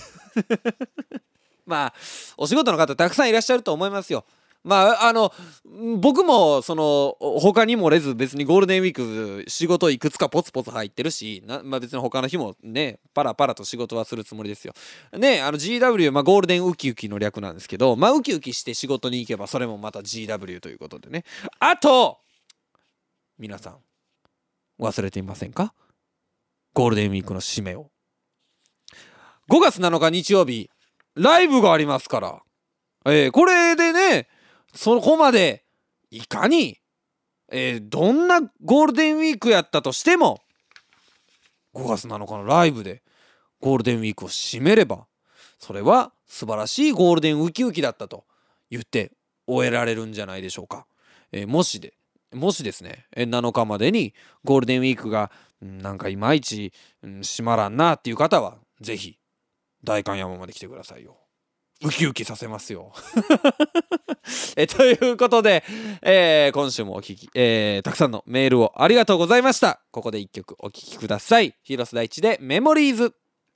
まあお仕事の方たくさんいらっしゃると思いますよ。まああの僕もその他にもれず別にゴールデンウィーク仕事いくつかポツポツ入ってるしな、まあ、別に他の日もねパラパラと仕事はするつもりですよね。あの ジーダブリュー、まあ、ゴールデンウキウキの略なんですけど、まあウキウキして仕事に行けばそれもまた ジーダブリュー ということでね。あと皆さん忘れていませんか？ゴールデンウィークの締めをごがつなのか日曜日ライブがありますから、えー、これでねそこまでいかに、えー、どんなゴールデンウィークやったとしてもごがつなのかのライブでゴールデンウィークを締めればそれは素晴らしいゴールデンウキウキだったと言って終えられるんじゃないでしょうか。えー、もしでもしですねなのかまでにゴールデンウィークがなんかいまいち、うん、締まらんなっていう方はぜひ代官山まで来てくださいよ。ウキウキさせますよ。えということで、えー、今週もお聞き、えー、たくさんのメールをありがとうございました。ここで一曲お聴きください。広瀬大地でメモリーズ。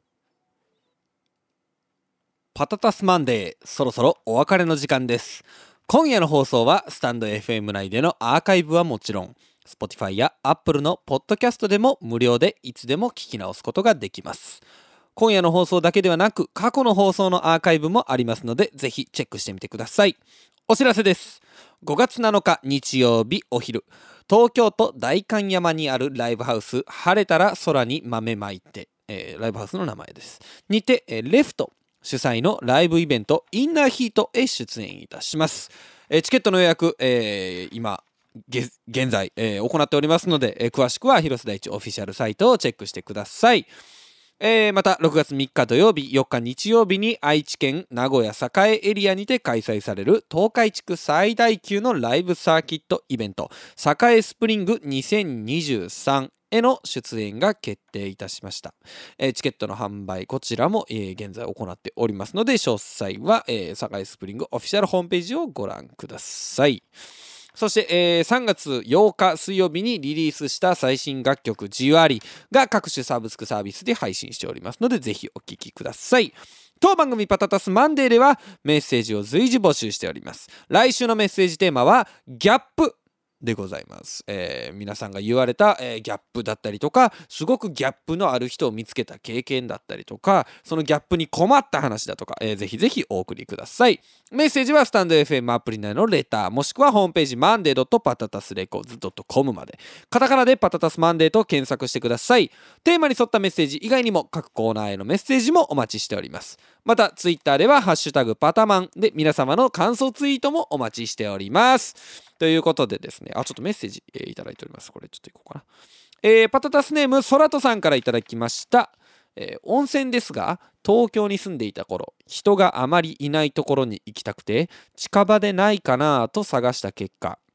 パタタスマンデー、そろそろお別れの時間です。今夜の放送はスタンド エフエム 内でのアーカイブはもちろん Spotify や Apple のポッドキャストでも無料でいつでも聞き直すことができます。今夜の放送だけではなく過去の放送のアーカイブもありますのでぜひチェックしてみてください。お知らせです。ごがつなのか日曜日お昼、東京都代官山にあるライブハウス晴れたら空に豆まいて、えー、ライブハウスの名前ですにて、えー、レフト主催のライブイベントインナーヒートへ出演いたします。えー、チケットの予約、えー、今現在、えー、行っておりますので、えー、詳しくは広瀬大地オフィシャルサイトをチェックしてください。えー、またろくがつみっか土曜日よっか日曜日に愛知県名古屋栄エリアにて開催される東海地区最大級のライブサーキットイベント栄スプリングにせんにじゅうさんへの出演が決定いたしました。えー、チケットの販売こちらも、えー、現在行っておりますので詳細は、えー、栄スプリングオフィシャルホームページをご覧ください。そして、えー、さんがつようか水曜日にリリースした最新楽曲じわりが各種サブスクサービスで配信しておりますのでぜひお聴きください。当番組パタタスマンデーではメッセージを随時募集しております。来週のメッセージテーマはギャップでございます。えー、皆さんが言われた、えー、ギャップだったりとかすごくギャップのある人を見つけた経験だったりとかそのギャップに困った話だとか、えー、ぜひぜひお送りください。メッセージはスタンド エフエム アプリ内のレターもしくはホームページ マンデー ドット パタタスレコーズ ドット コム までカタカナでパタタスマンデーと検索してください。テーマに沿ったメッセージ以外にも各コーナーへのメッセージもお待ちしております。またツイッターではハッシュタグパタマンで皆様の感想ツイートもお待ちしております。ということでですね、あちょっとメッセージ、えー、いただいております。これちょっといこうかな。えー、パタタスネームソラトさんからいただきました。えー、温泉ですが東京に住んでいた頃人があまりいないところに行きたくて近場でないかなと探した結果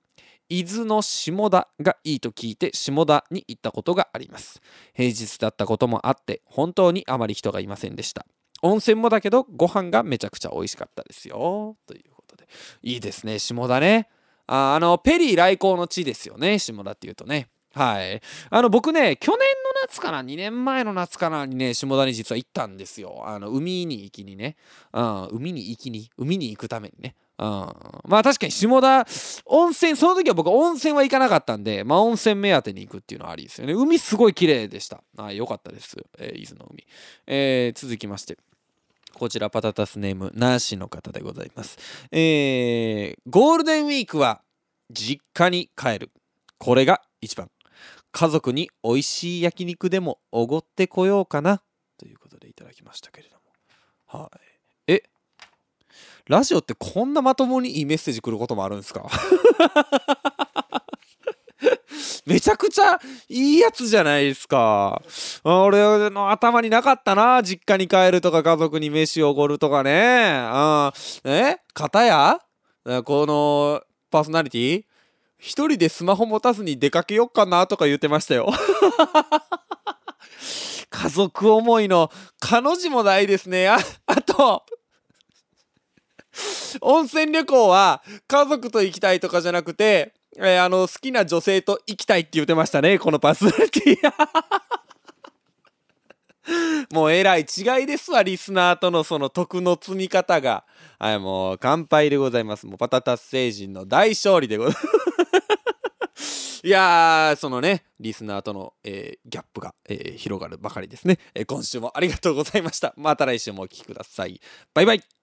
伊豆の下田がいいと聞いて下田に行ったことがあります。平日だったこともあって本当にあまり人がいませんでした。温泉もだけどご飯がめちゃくちゃ美味しかったですよということで、いいですね下田ね。あ、あのペリー来航の地ですよね、下田っていうとね。はい。あの僕ね、去年の夏かな、にねんまえの夏かなにね、下田に実は行ったんですよ。あの海に行きにね、うん、海に行きに海に行くためにね。うん、まあ確かに下田温泉、その時は僕温泉は行かなかったんで、まあ温泉目当てに行くっていうのはありですよね。海すごい綺麗でした。あ、良かったです、えー、伊豆の海。えー、続きまして、こちらパタタスネームナーシの方でございます。えー、ゴールデンウィークは実家に帰る、これが一番。家族に美味しい焼肉でもおごってこようかなということでいただきましたけれども、はい。え、ラジオってこんなまともにいいメッセージ来ることもあるんですか？めちゃくちゃいいやつじゃないですか。俺の頭になかったな、実家に帰るとか家族に飯をおごるとかね。あ、え、片やこのパーソナリティ一人でスマホ持たずに出かけよっかなとか言ってましたよ。家族思いの彼女もないですね。あ、あと温泉旅行は家族と行きたいとかじゃなくて、えー、あの好きな女性と行きたいって言ってましたね、このパーソナリティ。もうえらい違いですわ、リスナーとのその徳の積み方が。はい、もう乾杯でございます。もうパタタス星人の大勝利でございます。いやー、そのねリスナーとの、えー、ギャップが、えー、広がるばかりですね、えー、今週もありがとうございました。また来週もお聞きください。バイバイ。